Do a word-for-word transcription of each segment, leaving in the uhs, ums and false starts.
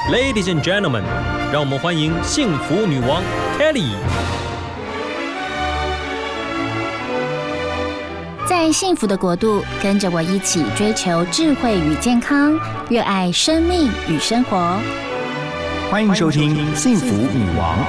Ladies and gentlemen， 让我们欢迎幸福女王 Kelly。 在幸福的国度，跟着我一起追求智慧与健康，热爱生命与生活。 欢迎收听《幸福女王》。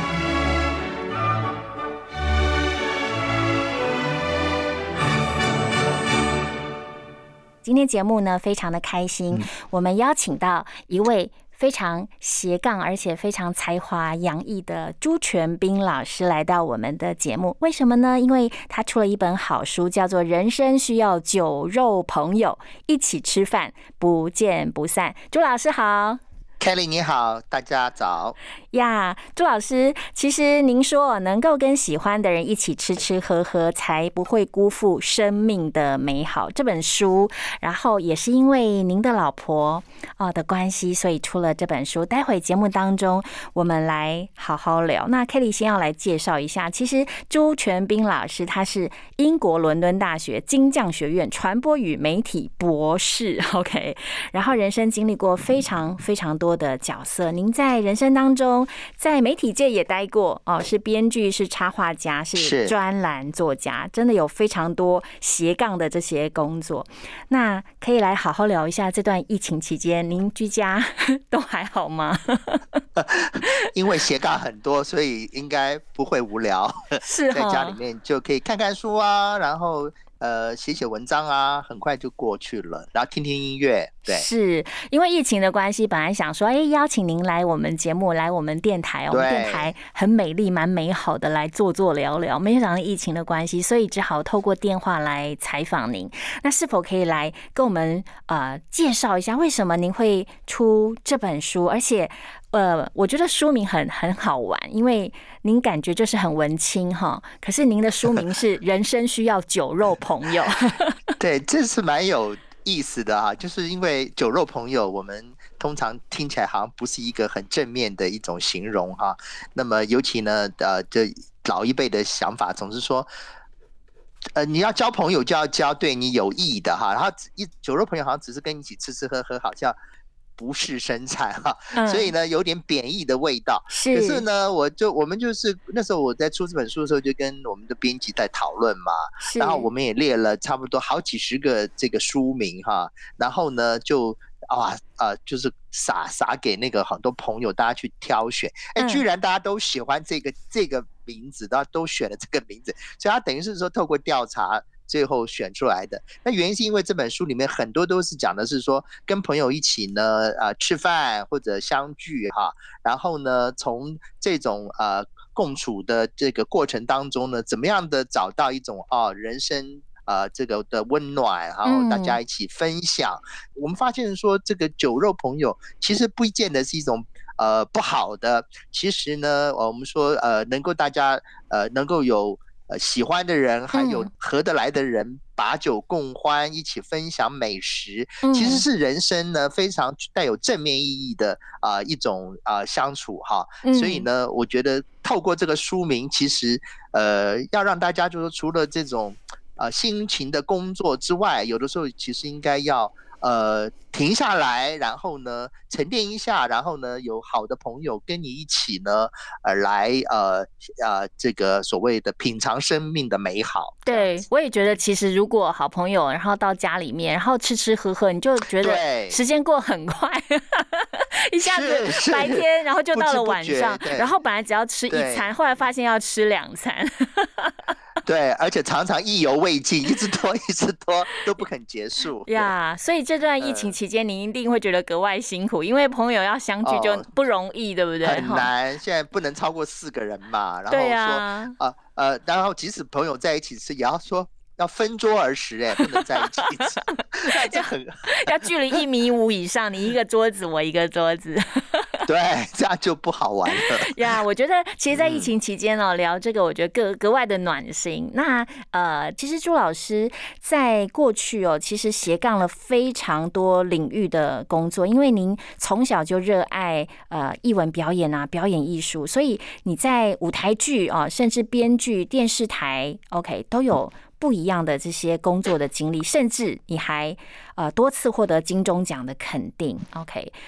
今天节目呢，非常的开心，嗯、我们邀请到一位非常斜杠而且非常才华洋溢的朱全斌老师来到我们的节目。为什么呢？因为他出了一本好书，叫做《人生需要酒肉朋友，一起吃饭，不见不散》。朱老师好。 Kelly 你好，大家早呀。朱老师，其实您说能够跟喜欢的人一起吃吃喝喝，才不会辜负生命的美好。这本书，然后也是因为您的老婆哦的关系，所以出了这本书。待会节目当中我们来好好聊。那 Kelly 先要来介绍一下，其实朱全斌老师他是英国伦敦大学金匠学院传播与媒体博士 ，OK， 然后人生经历过非常非常多的角色，您在人生当中，在媒体界也待过哦，是编剧，是插画家，是专栏作家，真的有非常多斜杠的这些工作。那可以来好好聊一下这段疫情期间，您居家都还好吗？ 因为斜杠很多，所以应该不会无聊。 是在家里面就可以看看书啊，然后。呃，写写文章啊，很快就过去了。然后听听音乐，对， 是因为疫情的关系，本来想说，哎，邀请您来我们节目，来我们电台，我们电台很美丽、蛮美好的，来坐坐聊聊。没想到疫情的关系，所以只好透过电话来采访您。那是否可以来跟我们呃介绍一下，为什么您会出这本书？而且，呃，我觉得书名很很好玩，因为您感觉就是很文青哈，可是您的书名是《人生需要酒肉朋友》。 对，这是蛮有意思的哈，就是因为酒肉朋友，我们通常听起来好像不是一个很正面的一种形容哈。那么尤其呢，呃，这老一辈的想法总是说，呃，你要交朋友就要交对你有益的哈，然后一酒肉朋友好像只是跟你一起吃吃喝喝，好像。不是生产哈，嗯、所以呢有点贬义的味道。是，可是呢，我就我们就是那时候我在出这本书的时候，就跟我们的编辑在讨论嘛，然后我们也列了差不多好几十个这个书名哈，然后呢就啊啊就是撒撒给那个很多朋友，大家去挑选，哎，居然大家都喜欢这个这个名字，大家都选了这个名字，所以他等于是说透过调查。最后选出来的那原因是因为这本书里面很多都是讲的是说跟朋友一起呢呃吃饭或者相聚哈，然后呢从这种呃共处的这个过程当中呢，怎么样的找到一种哦人生呃这个的温暖，然后大家一起分享。嗯、我们发现说这个酒肉朋友其实不见得是一种呃不好的，其实呢我们说呃能够大家呃能够有。呃，喜欢的人还有合得来的人，嗯、把酒共欢，一起分享美食，嗯、其实是人生呢非常带有正面意义的啊、呃、一种啊、呃、相处哈。嗯、所以呢，我觉得透过这个书名，其实呃要让大家就是除了这种呃辛勤的工作之外，有的时候其实应该要。呃，停下来，然后呢，沉淀一下，然后呢，有好的朋友跟你一起呢，呃，来呃呃，这个所谓的品尝生命的美好。 对，我也觉得，其实如果好朋友，然后到家里面，然后吃吃喝喝，你就觉得时间过很快，一下子白天，然后就到了晚上，然后本来只要吃一餐，后来发现要吃两餐。 对，而且常常意犹未尽，一直拖，一直拖，都不肯结束呀。所以这段疫情期间，您一定会觉得格外辛苦，因为朋友要相聚就不容易，哦、对不对？ 很难，现在不能超过四个人嘛。然后说，啊、呃呃，然后即使朋友在一起吃，也要说。要分桌而食，哎，不能在一起吃， 要要距离一米五以上，你一个桌子，我一个桌子。 对，这样就不好玩了呀。yeah, 我觉得其实在疫情期间哦、喔嗯、聊这个我觉得格格外的暖心。那呃其实朱老师在过去哦、喔、其实斜杠了非常多领域的工作，因为您从小就热爱呃艺文表演啊表演艺术，所以你在舞台剧啊、喔、甚至编剧电视台 OK 都有不一样的这些工作的经历，甚至你还呃多次获得金钟奖的肯定 OK。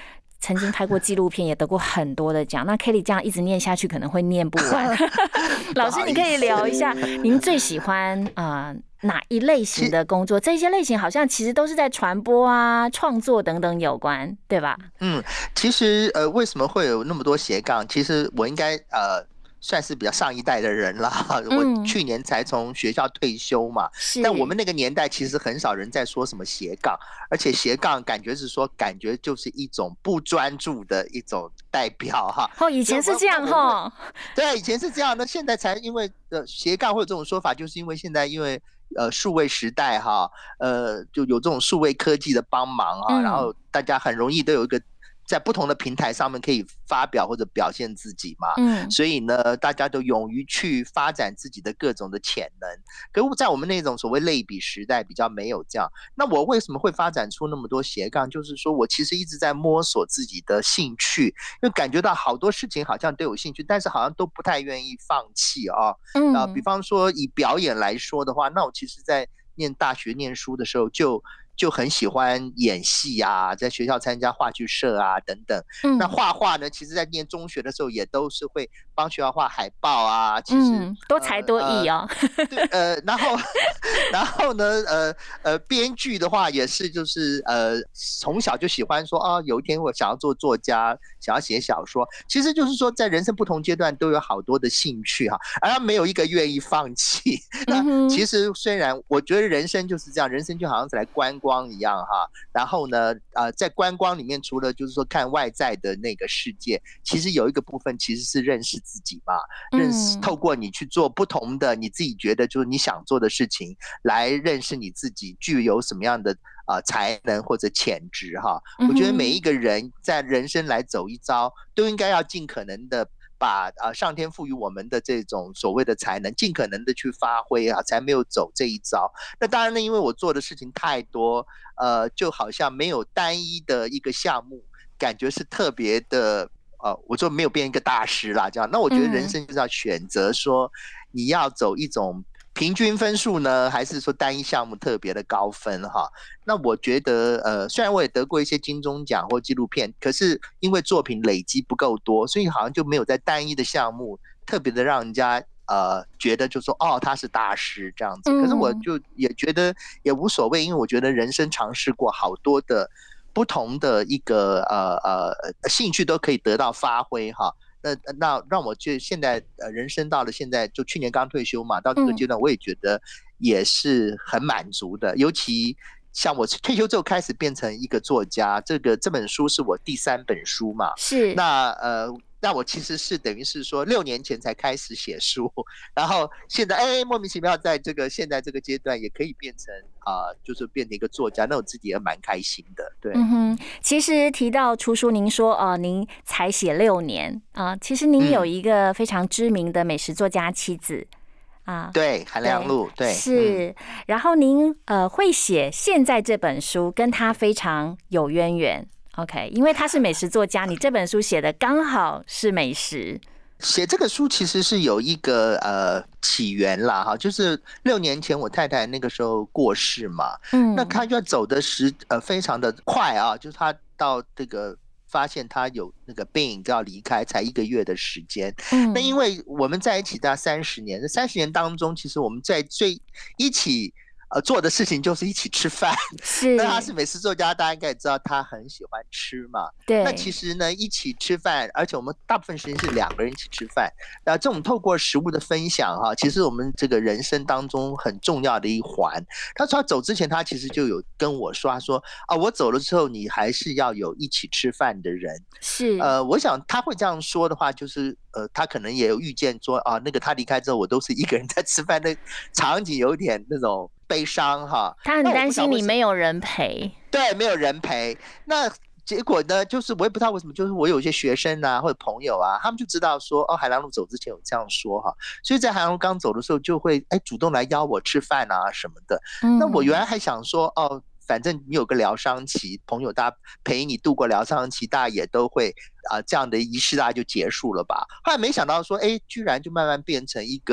曾经拍过纪录片，也得过很多的奖。那 Kelly 这样一直念下去，可能会念不完。老师，你可以聊一下您最喜欢啊、呃、哪一类型的工作？这些类型好像其实都是在传播啊、创作等等有关，对吧？嗯， 其实呃，为什么会有那么多斜杠？其实我应该呃。算是比较上一代的人啦，我去年才从学校退休嘛，嗯、但我们那个年代其实很少人在说什么斜杠，而且斜杠感觉是说，感觉就是一种不专注的一种代表哈。 哦，以前是这样哈。 对，以前是这样，那现在才因为呃斜杠会有这种说法，就是因为现在因为呃数位时代哈，呃就有这种数位科技的帮忙哈，嗯、然后大家很容易都有一个。在不同的平台上面可以发表或者表现自己嘛，嗯，所以呢，大家都勇于去发展自己的各种的潜能。可是在我们那种所谓类比时代，比较没有这样。那我为什么会发展出那么多斜杠？就是说我其实一直在摸索自己的兴趣，因为感觉到好多事情好像都有兴趣，但是好像都不太愿意放弃啊。嗯，啊，比方说以表演来说的话，那我其实在念大学念书的时候就。就很喜欢演戏啊，在学校参加话剧社啊等等。嗯、那画画呢，其实在念中学的时候也都是会帮学校画海报啊。其实、嗯、 多才多艺哦。 呃、对，呃，然后然后呢，呃呃，编剧的话也是，就是呃，从小就喜欢说啊，有一天我想要做作家，想要写小说。其实就是说，在人生不同阶段都有好多的兴趣哈，而没有一个愿意放弃。那其实虽然我觉得人生就是这样，人生就好像是来观。光一样哈，然后呢，呃，在观光里面，除了就是说看外在的那个世界，其实有一个部分其实是认识自己嘛，认识透过你去做不同的你自己觉得就是你想做的事情，来认识你自己具有什么样的呃才能或者潜质哈。我觉得每一个人在人生来走一遭，都应该要尽可能的。把呃上天赋予我们的这种所谓的才能，尽可能的去发挥啊，才没有走这一招。那当然呢，因为我做的事情太多，呃，就好像没有单一的一个项目，感觉是特别的，呃，我说没有变一个大师啦，这样。那我觉得人生就是要选择说，你要走一种平均分数呢，还是说单一项目特别的高分哈？那我觉得，呃，虽然我也得过一些金钟奖或纪录片，可是因为作品累积不够多，所以好像就没有在单一的项目特别的让人家呃觉得就说哦他是大师这样子。可是我就也觉得也无所谓，因为我觉得人生尝试过好多的不同的一个呃呃兴趣都可以得到发挥哈。那那让我就现在呃人生到了现在，就去年刚退休嘛，到这个阶段我也觉得也是很满足的。尤其像我退休之后开始变成一个作家，这个这本书是我第三本书嘛， 是那呃。那我其实是等于是说六年前才开始写书，然后现在哎莫名其妙在这个现在这个阶段也可以变成啊、呃，就是变成一个作家，那我自己也蛮开心的。对， 嗯哼，其实提到出书，您说哦、呃，您才写六年啊、呃，其实您有一个非常知名的美食作家妻子。嗯啊， 对，韩良露，对， 是。嗯、然后您呃会写现在这本书，跟他非常有渊源。OK， 因为他是美食作家，你这本书写的刚好是美食。 写这个书其实是有一个呃起源啦哈，就是六年前我太太那个时候过世嘛，嗯，那她就走的时呃非常的快啊，就是她到这个发现她有那个病就要离开，才一个月的时间。嗯，那因为我们在一起大概三十年，这三十年当中，其实我们在最一起。呃，做的事情就是一起吃饭。 是， 那他是美食作家，大家应该也知道他很喜欢吃嘛。 对。 那其实呢，一起吃饭，而且我们大部分时间是两个人一起吃饭。那这种透过食物的分享哈，其实我们这个人生当中很重要的一环。他说他走之前，他其实就有跟我说，他说啊，我走了之后，你还是要有一起吃饭的人。 是。 呃，我想他会这样说的话，就是呃，他可能也有预见说啊，那个他离开之后，我都是一个人在吃饭，那场景有点那种。悲伤哈， 他很担心你没有人陪， 对，没有人陪。那结果呢，就是我也不知道为什么，就是我有一些学生啊或者朋友啊，他们就知道说，哦，海良露走之前有这样说哈，所以在海良露刚走的时候，就会哎主动来邀我吃饭啊什么的。嗯、那我原来还想说，哦，反正你有个疗伤期，朋友大家陪你度过疗伤期，大家也都会啊、呃、这样的仪式大家就结束了吧。后来没想到说，哎，居然就慢慢变成一个。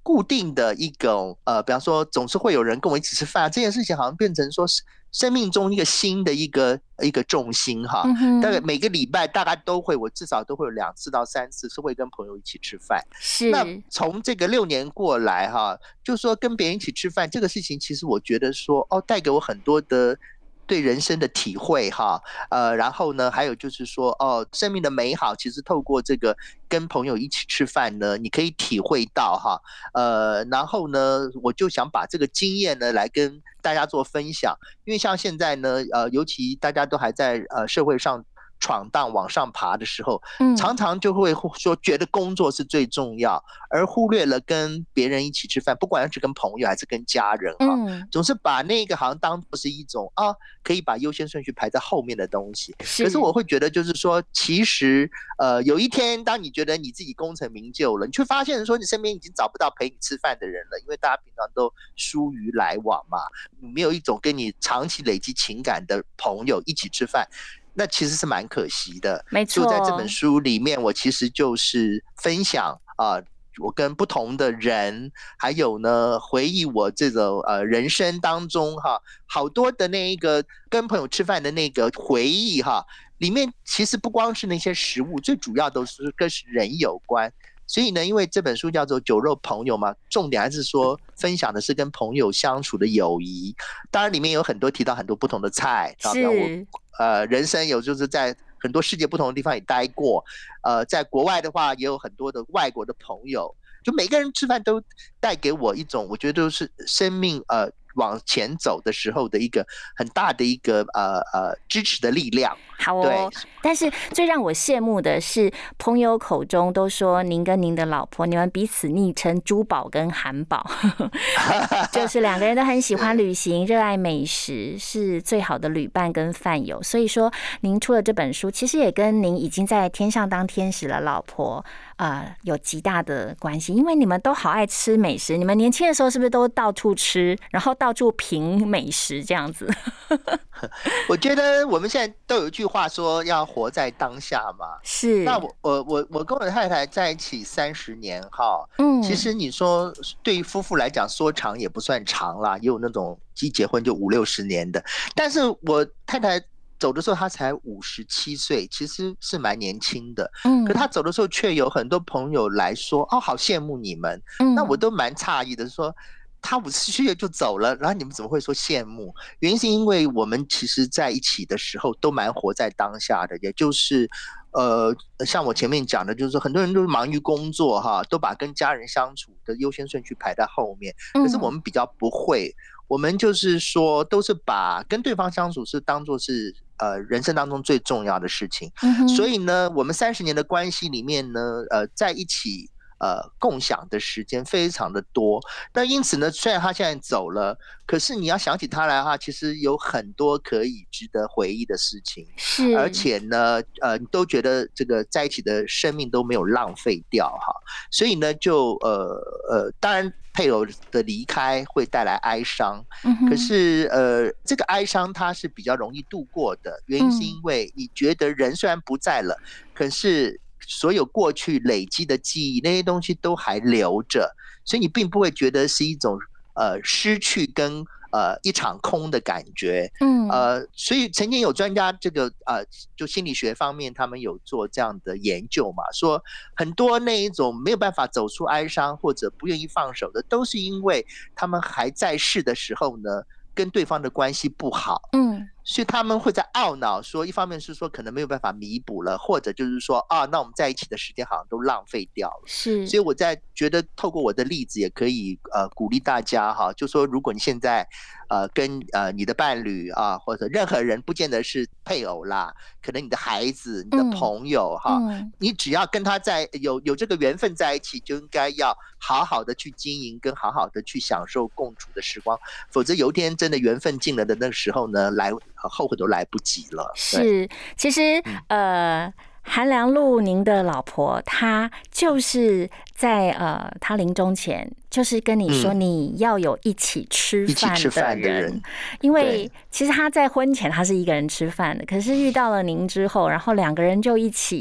固定的一种呃，比方说总是会有人跟我一起吃饭，这件事情好像变成说是生命中一个新的一个一个重心哈。大概每个礼拜大概都会，我至少都会有两次到三次是会跟朋友一起吃饭。 是。 那从这个六年过来哈，就说跟别人一起吃饭这个事情，其实我觉得说哦，带给我很多的对人生的体会哈，呃，然后呢，还有就是说，哦，生命的美好，其实透过这个跟朋友一起吃饭呢，你可以体会到哈，呃，然后呢，我就想把这个经验呢来跟大家做分享，因为像现在呢，呃，尤其大家都还在呃社会上闯荡往上爬的时候，常常就会说觉得工作是最重要，而忽略了跟别人一起吃饭，不管是跟朋友还是跟家人哈，嗯、总是把那个好像当作是一种啊可以把优先顺序排在后面的东西。是可是我会觉得就是说，其实呃有一天当你觉得你自己功成名就了，你却发现说你身边已经找不到陪你吃饭的人了，因为大家平常都疏于来往嘛，没有一种跟你长期累积情感的朋友一起吃饭。那其实是蛮可惜的， 没错。 就在这本书里面，我其实就是分享啊、呃，我跟不同的人，还有呢回忆我这种呃人生当中哈，好多的那一个跟朋友吃饭的那个回忆哈，里面其实不光是那些食物，最主要都是跟人有关。所以呢，因为这本书叫做酒肉朋友嘛，重点还是说分享的是跟朋友相处的友谊。当然里面有很多提到很多不同的菜， 是我呃人生有就是在很多世界不同的地方也待过，呃，在国外的话也有很多的外国的朋友，就每个人吃饭都带给我一种我觉得都是生命呃往前走的时候的一个很大的一个呃呃支持的力量。 好哦，但是最让我羡慕的是，朋友口中都说您跟您的老婆，你们彼此昵称珠宝跟韩宝，就是两个人都很喜欢旅行，热爱美食，是最好的旅伴跟饭友。所以说，您出了这本书，其实也跟您已经在天上当天使了老婆，呃，有极大的关系，因为你们都好爱吃美食，你们年轻的时候是不是都到处吃，然后到处评美食这样子？ 我觉得我们现在都有一句话说要活在当下嘛。 是。 那我我我我跟我的太太在一起三十年哈，嗯，其实你说对于夫妇来讲说长也不算长啦，也有那种一结婚就五六十年的。但是我太太走的时候她才五十七岁，其实是蛮年轻的。嗯，可她走的时候却有很多朋友来说，哦，好羡慕你们。嗯，那我都蛮诧异的说。他五十岁就走了，然后你们怎么会说羡慕？原因是因为我们其实在一起的时候都蛮活在当下的，也就是，呃，像我前面讲的，就是很多人都忙于工作哈，都把跟家人相处的优先顺序排在后面。可是我们比较不会，我们就是说都是把跟对方相处是当作是呃人生当中最重要的事情。嗯、所以呢，我们三十年的关系里面呢，呃，在一起。呃，共享的时间非常的多，那因此呢，虽然他现在走了，可是你要想起他来的话，其实有很多可以值得回忆的事情， 是， 而且呢，呃，你都觉得这个在一起的生命都没有浪费掉哈，所以呢，就呃呃，当然配偶的离开会带来哀伤，嗯、可是呃，这个哀伤它是比较容易度过的，原因是因为你觉得人虽然不在了，可是。所有过去累积的记忆，那些东西都还留着，所以你并不会觉得是一种呃失去跟呃一场空的感觉。嗯，呃，所以曾经有专家这个呃就心理学方面，他们有做这样的研究嘛，说很多那一种没有办法走出哀伤或者不愿意放手的，都是因为他们还在世的时候呢，跟对方的关系不好。嗯。所以他们会在懊恼说，一方面是说可能没有办法弥补了，或者就是说啊，那我们在一起的时间好像都浪费掉了。是，所以我在觉得透过我的例子也可以呃鼓励大家哈，就说如果你现在呃跟呃你的伴侣啊，或者任何人，不见得是配偶啦，可能你的孩子、你的朋友哈，嗯、你只要跟他在有有这个缘分在一起，就应该要好好的去经营，跟好好的去享受共处的时光，否则有一天真的缘分尽了的那个时候呢，来。后悔都来不及了。 是，其实呃，韩良露您的老婆，她就是在呃，她临终前就是跟你说，你要有一起吃饭的人，嗯、因为其实她在婚前她是一个人吃饭的，可是遇到了您之后，然后两个人就一起哦。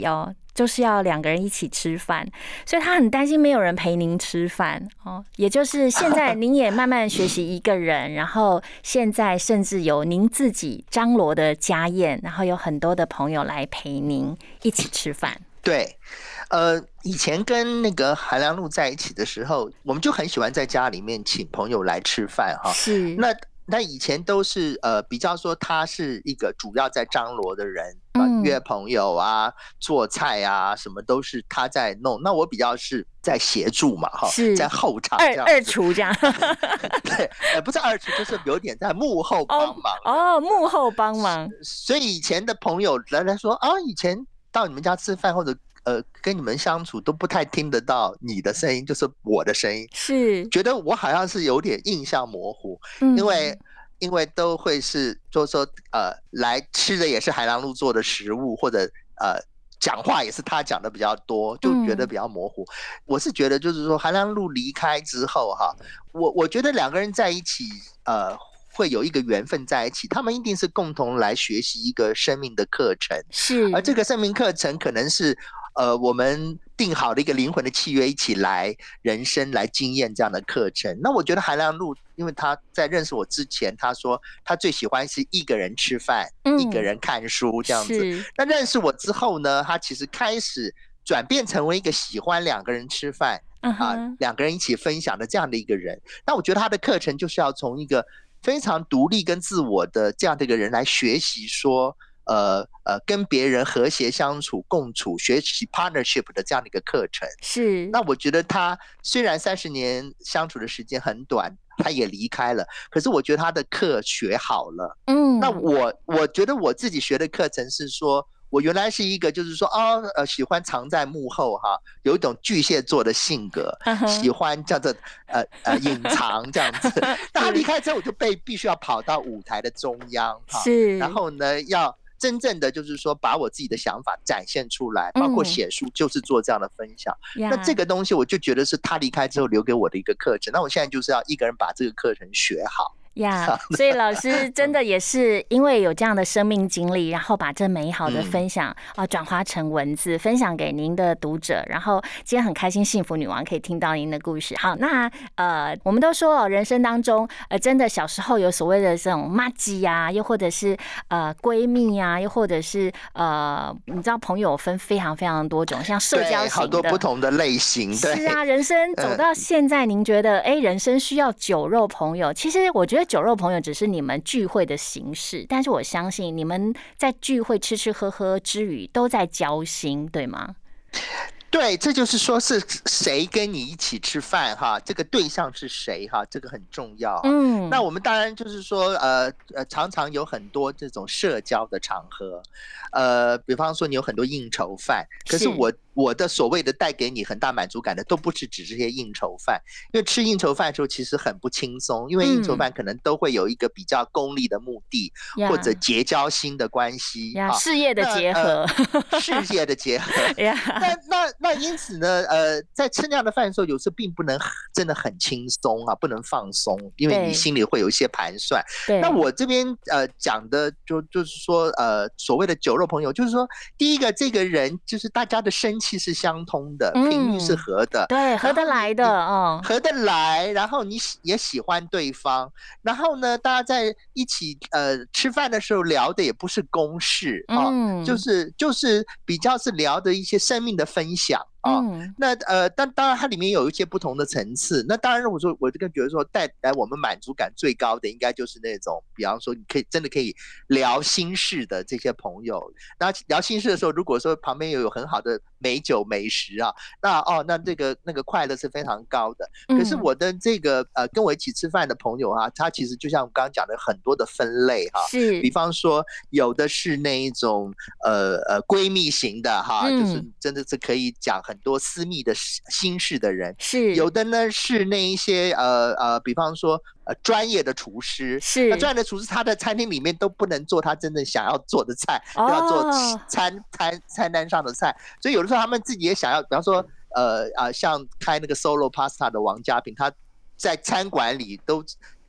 就是要两个人一起吃饭，所以他很担心没有人陪您吃饭哦。也就是现在您也慢慢学习一个人，然后现在甚至有您自己张罗的家宴，然后有很多的朋友来陪您一起吃饭。 对，呃，以前跟那个韩良露在一起的时候，我们就很喜欢在家里面请朋友来吃饭哈。 是，那那以前都是呃比较说他是一个主要在张罗的人，啊、嗯，约朋友啊、做菜啊，什么都是他在弄。那我比较是在协助嘛，哈，在后场这样二二厨这样。 对，呃，不是二厨，就是有点在幕后帮忙。 哦，哦幕后帮忙。 所以以前的朋友来来说啊，以前到你们家吃饭或者呃跟你们相处都不太听得到你的声音，就是我的声音，是觉得我好像是有点印象模糊，嗯、因为因为都会是就是说呃来吃的也是海浪路做的食物，或者呃讲话也是他讲的比较多，就觉得比较模糊。嗯、我是觉得就是说海浪路离开之后哈，我我觉得两个人在一起呃。会有一个缘分在一起，他们一定是共同来学习一个生命的课程，是，而这个生命课程可能是呃我们定好的一个灵魂的契约，一起来人生来经验这样的课程。那我觉得韩良露，因为他在认识我之前，他说他最喜欢是一个人吃饭，嗯、一个人看书这样子。那认识我之后呢，他其实开始转变成为一个喜欢两个人吃饭啊、呃，两个人一起分享的这样的一个人。那我觉得他的课程就是要从一个非常独立跟自我的这样的一个人来学习说，呃呃，跟别人和谐相处、共处、学习 partnership 的这样的一个课程。是。那我觉得他虽然三十年相处的时间很短，他也离开了，可是我觉得他的课学好了。嗯。那我我觉得我自己学的课程是说，我原来是一个就是说哦呃喜欢藏在幕后哈，有一种巨蟹座的性格， uh-huh. 喜欢叫做呃呃隐藏这样子。那他离开之后，我就被必须要跑到舞台的中央哈，是，然后呢要真正的就是说把我自己的想法展现出来，包括写书就是做这样的分享。嗯、那这个东西我就觉得是他离开之后留给我的一个课程。那我现在就是要一个人把这个课程学好。呀、yeah, 所以老师真的也是因为有这样的生命经历，然后把这美好的分享啊转化成文字，分享给您的读者。然后今天很开心，幸福女王可以听到您的故事。好，那呃，我们都说人生当中呃，真的小时候有所谓的这种麻吉啊，又或者是呃闺蜜啊，又或者是呃，你知道朋友分非常非常多种，像社交型的，好多不同的类型。对，是啊，人生走到现在，您觉得哎、欸，人生需要酒肉朋友？其实我觉得。酒肉朋友只是你们聚会的形式，但是我相信你们在聚会吃吃喝喝之余都在交心，对吗？对，这就是说是谁跟你一起吃饭哈，这个对象是谁哈，这个很重要。嗯，那我们当然就是说呃呃，常常有很多这种社交的场合，呃，比方说你有很多应酬饭，可是我。我的所谓的带给你很大满足感的，都不是指这些应酬饭，因为吃应酬饭的时候其实很不轻松，因为应酬饭可能都会有一个比较功利的目的，嗯、或者结交新的关系，啊、事业的结合，呃、事业的结合。那那那因此呢，呃，在吃那样的饭的时候，有时候并不能真的很轻松啊，不能放松，因为你心里会有一些盘算。那我这边呃讲的就就是说，呃，所谓的酒肉朋友，就是说，第一个这个人就是大家的生气是相通的，频率是合的，对，合得来的，哦，合得来。然后你也喜欢对方，然后呢，大家在一起呃吃饭的时候聊的也不是公事啊，嗯，就是就是比较是聊的一些生命的分享。啊、哦嗯，那呃，但当然它里面有一些不同的层次。那当然，我说我这个觉得说带来我们满足感最高的，应该就是那种，比方说你可以真的可以聊心事的这些朋友。那聊心事的时候，如果说旁边又有很好的美酒美食啊，那哦，那这个那个快乐是非常高的。可是我的这个呃跟我一起吃饭的朋友啊，他其实就像我刚刚讲的很多的分类哈，是，比方说有的是那一种呃呃闺蜜型的哈，嗯、就是真的是可以讲很多私密的心事的人，是有的呢是那一些呃呃，比方说呃专业的厨师，是那专业的厨师，他的餐厅里面都不能做他真正想要做的菜，哦、要做餐餐餐单上的菜，所以有的时候他们自己也想要，比方说呃啊、呃，像开那个 Solo Pasta 的王家平，他在餐馆里都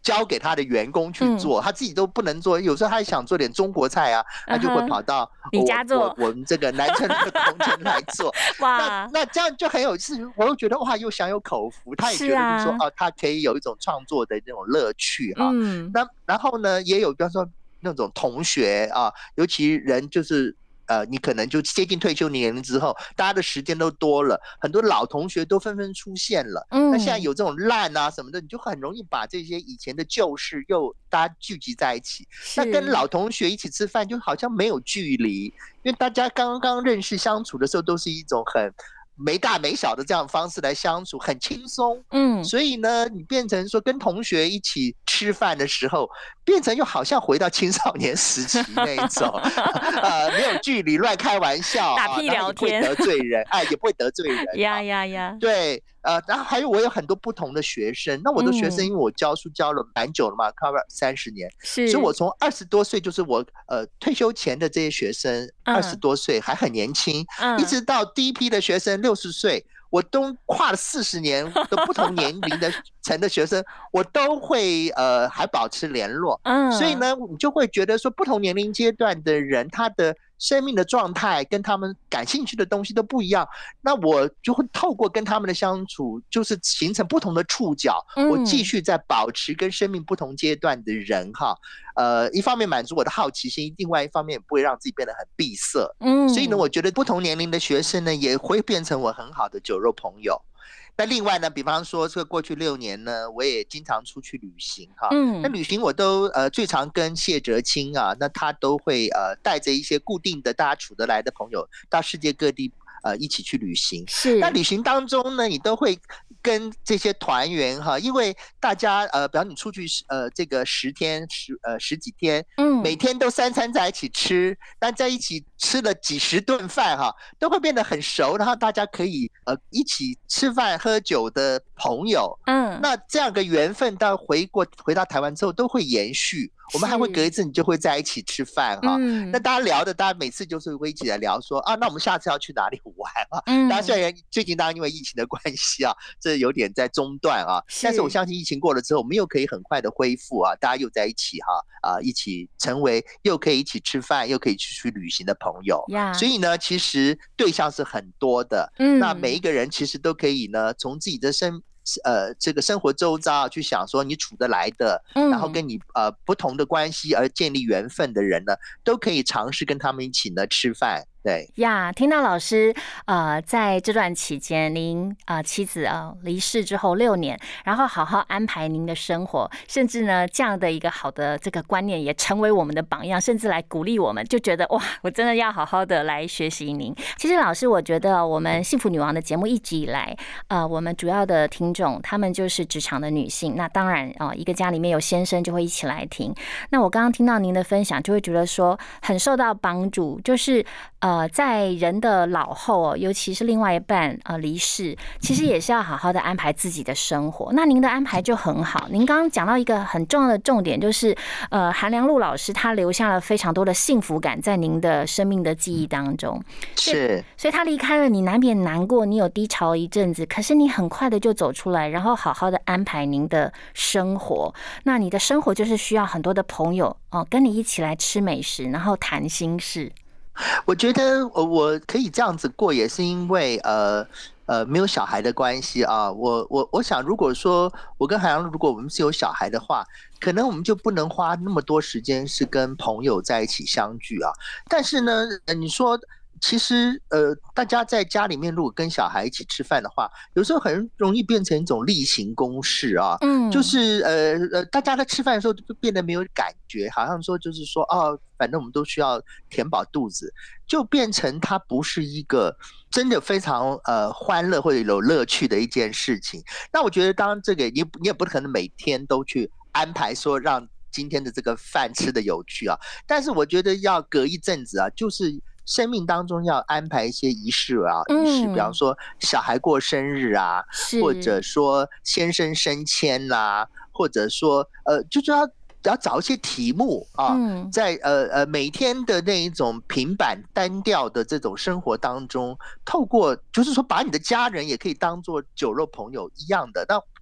交给他的员工去做，嗯、他自己都不能做。有时候他想做点中国菜啊，他就会跑到你、uh huh. 家做， 我我们这个南城的空间来做。哇，那那这样就很有意思。我又觉得哇，又享有口福，他也觉得就是说，是啊、哦，他可以有一种创作的那种乐趣哈。嗯、那然后呢，也有比方说那种同学啊，尤其人就是。呃，你可能就接近退休年龄之后，大家的时间都多了，很多老同学都纷纷出现了。嗯，那现在有这种烂啊什么的，你就很容易把这些以前的旧事又大家聚集在一起。那跟老同学一起吃饭，就好像没有距离，因为大家刚刚认识相处的时候，都是一种很没大没小的这样的方式来相处，很轻松。嗯，所以呢，你变成说跟同学一起吃饭的时候，变成又好像回到青少年时期那一种，呃，没有距离，乱开玩笑， 打屁聊天， 也不会得罪人，哎，也不会得罪人。 呀呀呀！ 对，呃，然后还有我有很多不同的学生，那我的学生因为我教书教了蛮久了嘛 ，cover 三十年，是，所以我从二十多岁就是我呃退休前的这些学生，二十多岁还很年轻，嗯、一直到第一批的学生六十岁。我都跨了四十年的不同年龄的层的学生，我都会呃还保持联络。嗯，所以呢，你就会觉得说，不同年龄阶段的人，他的生命的状态跟他们感兴趣的东西都不一样。那我就会透过跟他们的相处，就是形成不同的触角。嗯、我继续在保持跟生命不同阶段的人哈，呃，一方面满足我的好奇心，另外一方面也不会让自己变得很闭塞。嗯，所以呢，我觉得不同年龄的学生呢，也会变成我很好的酒肉朋友。那另外呢，比方说这过去六年呢，我也经常出去旅行哈。嗯，那旅行我都呃最常跟谢哲青啊，那他都会呃带着一些固定的大家处得来的朋友到世界各地呃一起去旅行。是。那旅行当中呢，你都会跟这些团员哈，因为大家呃，比方你出去呃这个十天十呃十几天，嗯，每天都三餐在一起吃，那在一起吃了几十顿饭哈，都会变得很熟，然后大家可以呃一起吃饭喝酒的朋友，嗯，那这样个缘分到回过回到台湾之后都会延续。我们还会隔一阵，你就会在一起吃饭哈。嗯、那大家聊的，大家每次就是会一起来聊说啊，那我们下次要去哪里玩啊？嗯、大家虽然最近当然因为疫情的关系啊，这有点在中断啊，是但是我相信疫情过了之后，我们又可以很快的恢复啊，大家又在一起哈啊，一起成为又可以一起吃饭，又可以去旅行的朋友。Yeah. 所以呢，其实对象是很多的。嗯，那每一个人其实都可以呢，从自己的生。呃，这个生活周遭去想说你处得来的，嗯、然后跟你呃不同的关系而建立缘分的人呢，都可以尝试跟他们一起呢吃饭。对呀，听到老师呃在这段期间，您呃妻子啊、呃、离世之后六年，然后好好安排您的生活，甚至呢这样的一个好的这个观念也成为我们的榜样，甚至来鼓励我们，就觉得哇，我真的要好好的来学习您。其实老师，我觉得我们幸福女王的节目一直以来，呃，我们主要的听众他们就是职场的女性，那当然哦、呃，一个家里面有先生就会一起来听。那我刚刚听到您的分享，就会觉得说很受到帮助，就是呃。呃，在人的老后，尤其是另外一半呃离世，其实也是要好好的安排自己的生活。那您的安排就很好。您刚刚讲到一个很重要的重点，就是呃，韩良露老师他留下了非常多的幸福感在您的生命的记忆当中。 是， 所以他离开了你，难免难过，你有低潮一阵子，可是你很快的就走出来，然后好好的安排您的生活。那你的生活就是需要很多的朋友哦、呃，跟你一起来吃美食，然后谈心事。 我觉得我可以这样子过，也是因为呃呃没有小孩的关系啊。我我我想，如果说我跟韩良露，如果我们是有小孩的话，可能我们就不能花那么多时间是跟朋友在一起相聚啊。但是呢，你说。其实，呃，大家在家里面如果跟小孩一起吃饭的话，有时候很容易变成一种例行公事啊。嗯，就是呃呃，大家在吃饭的时候就变得没有感觉，好像说就是说哦，反正我们都需要填饱肚子，就变成它不是一个真的非常呃欢乐或者有乐趣的一件事情。那我觉得，当这个你你也不可能每天都去安排说让今天的这个饭吃的有趣啊，但是我觉得要隔一阵子啊，就是。生命当中要安排一些仪式啊，仪式，比方说小孩过生日啊，或者说先生升迁啦、啊，或者说呃，就是要要找一些题目啊，嗯、在呃呃每天的那一种平板单调的这种生活当中，透过就是说把你的家人也可以当做酒肉朋友一样的，那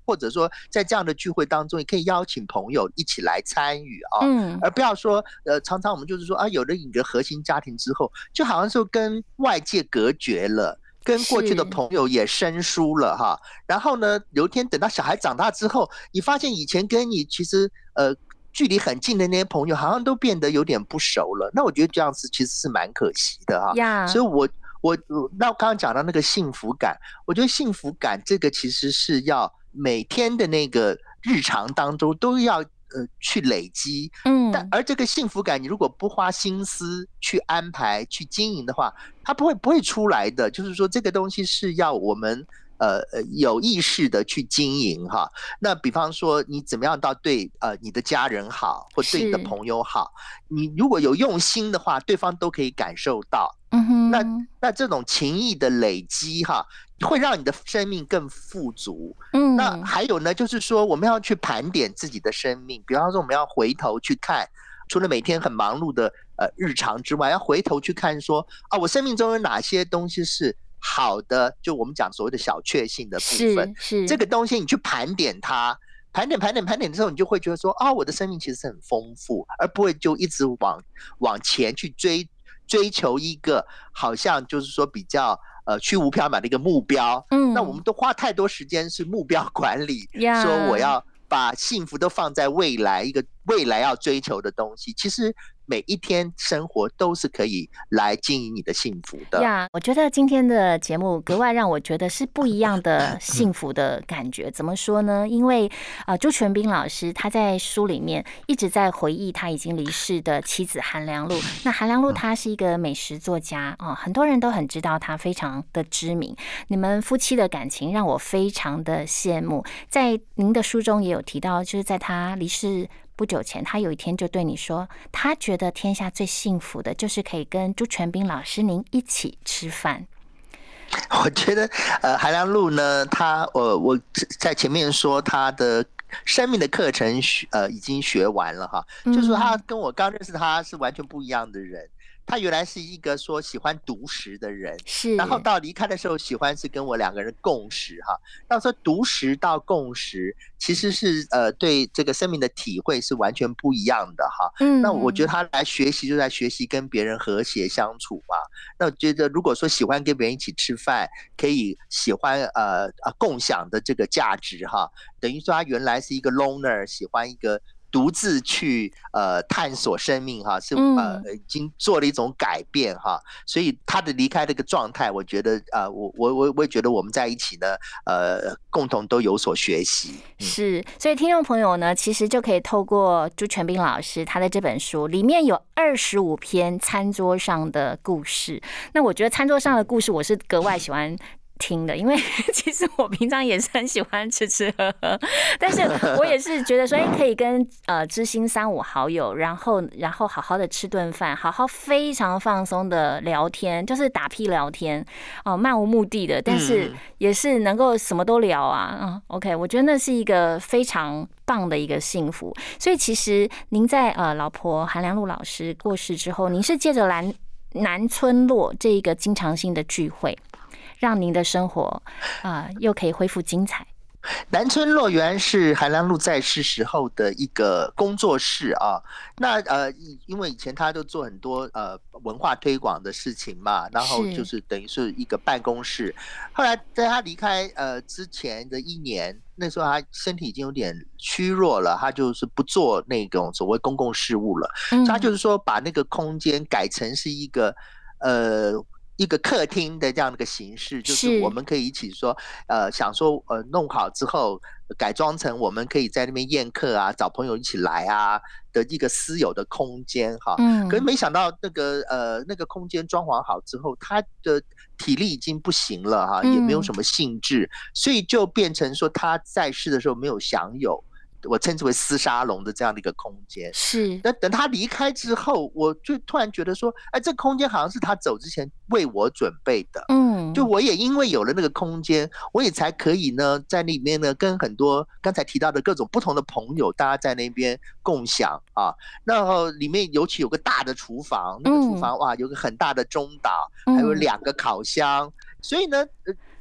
或者说在这样的聚会当中，也可以邀请朋友一起来参与啊， 嗯， 而不要说呃，常常我们就是说啊，有了一个核心家庭之后，就好像是跟外界隔绝了。跟过去的朋友也生疏了哈，然后呢，有一天等到小孩长大之后，你发现以前跟你其实呃距离很近的那些朋友，好像都变得有点不熟了。那我觉得这样子其实是蛮可惜的哈。 Yeah. 所以我我那我刚刚讲到那个幸福感，我觉得幸福感这个其实是要每天的那个日常当中都要。呃，去累积，嗯，但而这个幸福感，你如果不花心思去安排、去经营的话，它不会不会出来的。就是说，这个东西是要我们呃有意识的去经营哈。那比方说，你怎么样到对呃你的家人好，或对你的朋友好，你如果有用心的话，对方都可以感受到。嗯哼，那那这种情谊的累积哈。会让你的生命更富足。嗯，那还有呢，就是说我们要去盘点自己的生命，比方说我们要回头去看，除了每天很忙碌的呃日常之外，要回头去看说啊，我生命中有哪些东西是好的，就我们讲所谓的小确幸的部分。是，是这个东西你去盘点它。盘点盘点盘点之后，你就会觉得说啊，我的生命其实是很丰富，而不会就一直往往前去追追求一个好像就是说比较。呃，虚无缥缈的一个目标，嗯，那我们都花太多时间是目标管理， yeah. 说我要把幸福都放在未来一个未来要追求的东西，其实每一天生活都是可以来经营你的幸福的呀。Yeah, 我觉得今天的节目格外让我觉得是不一样的幸福的感觉。怎么说呢？因为呃，朱全斌老师他在书里面一直在回忆他已经离世的妻子韩良露。那韩良露他是一个美食作家啊、哦，很多人都很知道他，非常的知名。你们夫妻的感情让我非常的羡慕。在您的书中也有提到，就是在他离世不久前，他有一天就对你说，他觉得天下最幸福的就是可以跟朱全斌老师您一起吃饭。 我觉得，呃，韩良露呢，他呃，我在前面说他的生命的课程学呃已经学完了哈，嗯、就是说他跟我刚认识他是完全不一样的人。他原来是一个说喜欢独食的人，是，然后到离开的时候喜欢是跟我两个人共食哈。那说独食到共食，其实是呃对这个生命的体会是完全不一样的哈。嗯，那我觉得他来学习就在学习跟别人和谐相处嘛。那我觉得如果说喜欢跟别人一起吃饭，可以喜欢呃呃共享的这个价值哈，等于说他原来是一个 loner， 喜欢一个。独自去呃探索生命哈，是呃已经做了一种改变哈，所以他的离开这个状态，我觉得呃我我我我也觉得我们在一起呢，呃共同都有所学习。 嗯、是，所以听众朋友呢，其实就可以透过朱全斌老师他的这本书里面有二十五篇餐桌上的故事。那我觉得餐桌上的故事，我是格外喜欢。听的，因为其实我平常也是很喜欢吃吃喝喝，但是我也是觉得说，可以跟呃知心三五好友，然后然后好好的吃顿饭，好好非常放松的聊天，就是打屁聊天哦、呃，漫无目的的，但是也是能够什么都聊啊。嗯 ，OK， 我觉得那是一个非常棒的一个幸福。所以其实您在呃老婆韩良露老师过世之后，您是借着南南村落这一个经常性的聚会。让您的生活啊、呃、又可以恢复精彩。 南村落原来是韩良露在世时候的一个工作室啊，那呃，因为以前他都做很多呃文化推广的事情嘛，然后就是等于是一个办公室。后来在他离开呃之前的一年，那时候他身体已经有点虚弱了，他就是不做那种所谓公共事务了，嗯、他就是说把那个空间改成是一个呃。一个客厅的这样的一个形式，就是我们可以一起说，呃，想说，呃，弄好之后改装成我们可以在那边宴客啊，找朋友一起来啊的一个私有的空间哈。嗯。可是没想到那个呃那个空间装潢好之后，他的体力已经不行了哈，也没有什么兴致，嗯、所以就变成说他在世的时候没有享有。我称之为私沙龙的这样的一个空间，是。但等他离开之后，我就突然觉得说，哎，这个空间好像是他走之前为我准备的，嗯，就我也因为有了那个空间，我也才可以呢，在里面呢，跟很多刚才提到的各种不同的朋友，大家在那边共享啊。然后里面尤其有个大的厨房，那个厨房哇，有个很大的中岛，还有两个烤箱，所以呢，呃。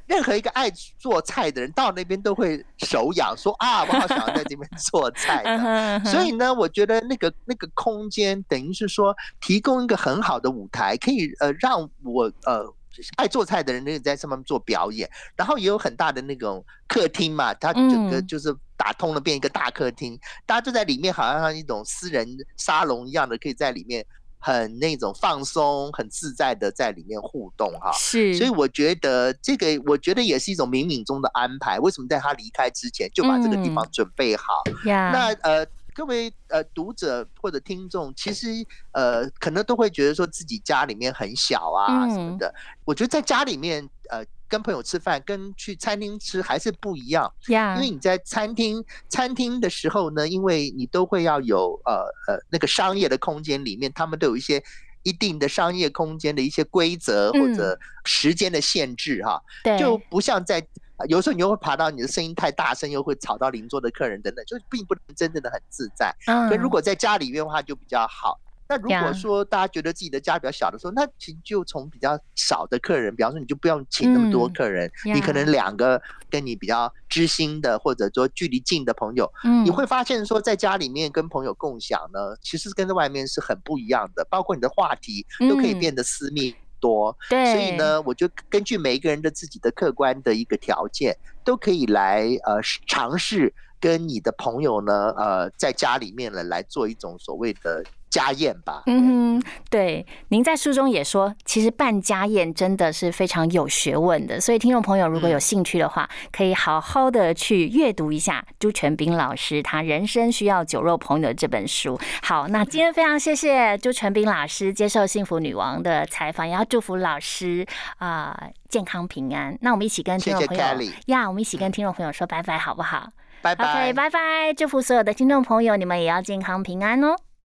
任何一个爱做菜的人到那边都会手痒，说啊，我好想要在这边做菜的。所以呢，我觉得那个那个空间等于是说提供一个很好的舞台，可以呃让我呃爱做菜的人可以在上面做表演，然后也有很大的那种客厅嘛，它整个就是打通了变一个大客厅，嗯、大家就在里面好像一种私人沙龙一样的，可以在里面。很那种放松、很自在的在里面互动哈， 是， 所以我觉得这个，我觉得也是一种冥冥中的安排。为什么在他离开之前就把这个地方准备好？嗯、那呃，各位呃读者或者听众，其实呃可能都会觉得说自己家里面很小啊什么的。嗯、我觉得在家里面呃。跟朋友吃饭跟去餐厅吃还是不一样， yeah. 因为你在餐厅餐厅的时候呢，因为你都会要有呃呃那个商业的空间里面，他们都有一些一定的商业空间的一些规则或者时间的限制哈， 嗯、 就不像在有时候你又会爬到你的声音太大声，又会吵到邻座的客人等等，就并不能真正的很自在。嗯，可如果在家里面的话就比较好。那如果说大家觉得自己的家比较小的时候， yeah. 那其实就从比较少的客人，比方说你就不用请那么多客人，嗯、你可能两个跟你比较知心的或者说距离近的朋友，嗯、你会发现说在家里面跟朋友共享呢，其实跟在外面是很不一样的，包括你的话题都可以变得私密多。嗯、所以呢，我就根据每一个人的自己的客观的一个条件，都可以来呃尝试跟你的朋友呢，呃，在家里面呢来做一种所谓的。家宴吧， 嗯哼，对，您在书中也说，其实办家宴真的是非常有学问的，所以听众朋友如果有兴趣的话，嗯、可以好好的去阅读一下朱全彬老师他人生需要酒肉朋友的这本书。好，那今天非常谢谢朱全彬老师接受幸福女王的采访，也要祝福老师啊、呃、健康平安。那我们一起跟听众朋友呀， yeah, 我们一起跟听众朋友说拜拜，好不好？ 拜拜， OK， 拜拜，祝福所有的听众朋友，你们也要健康平安哦。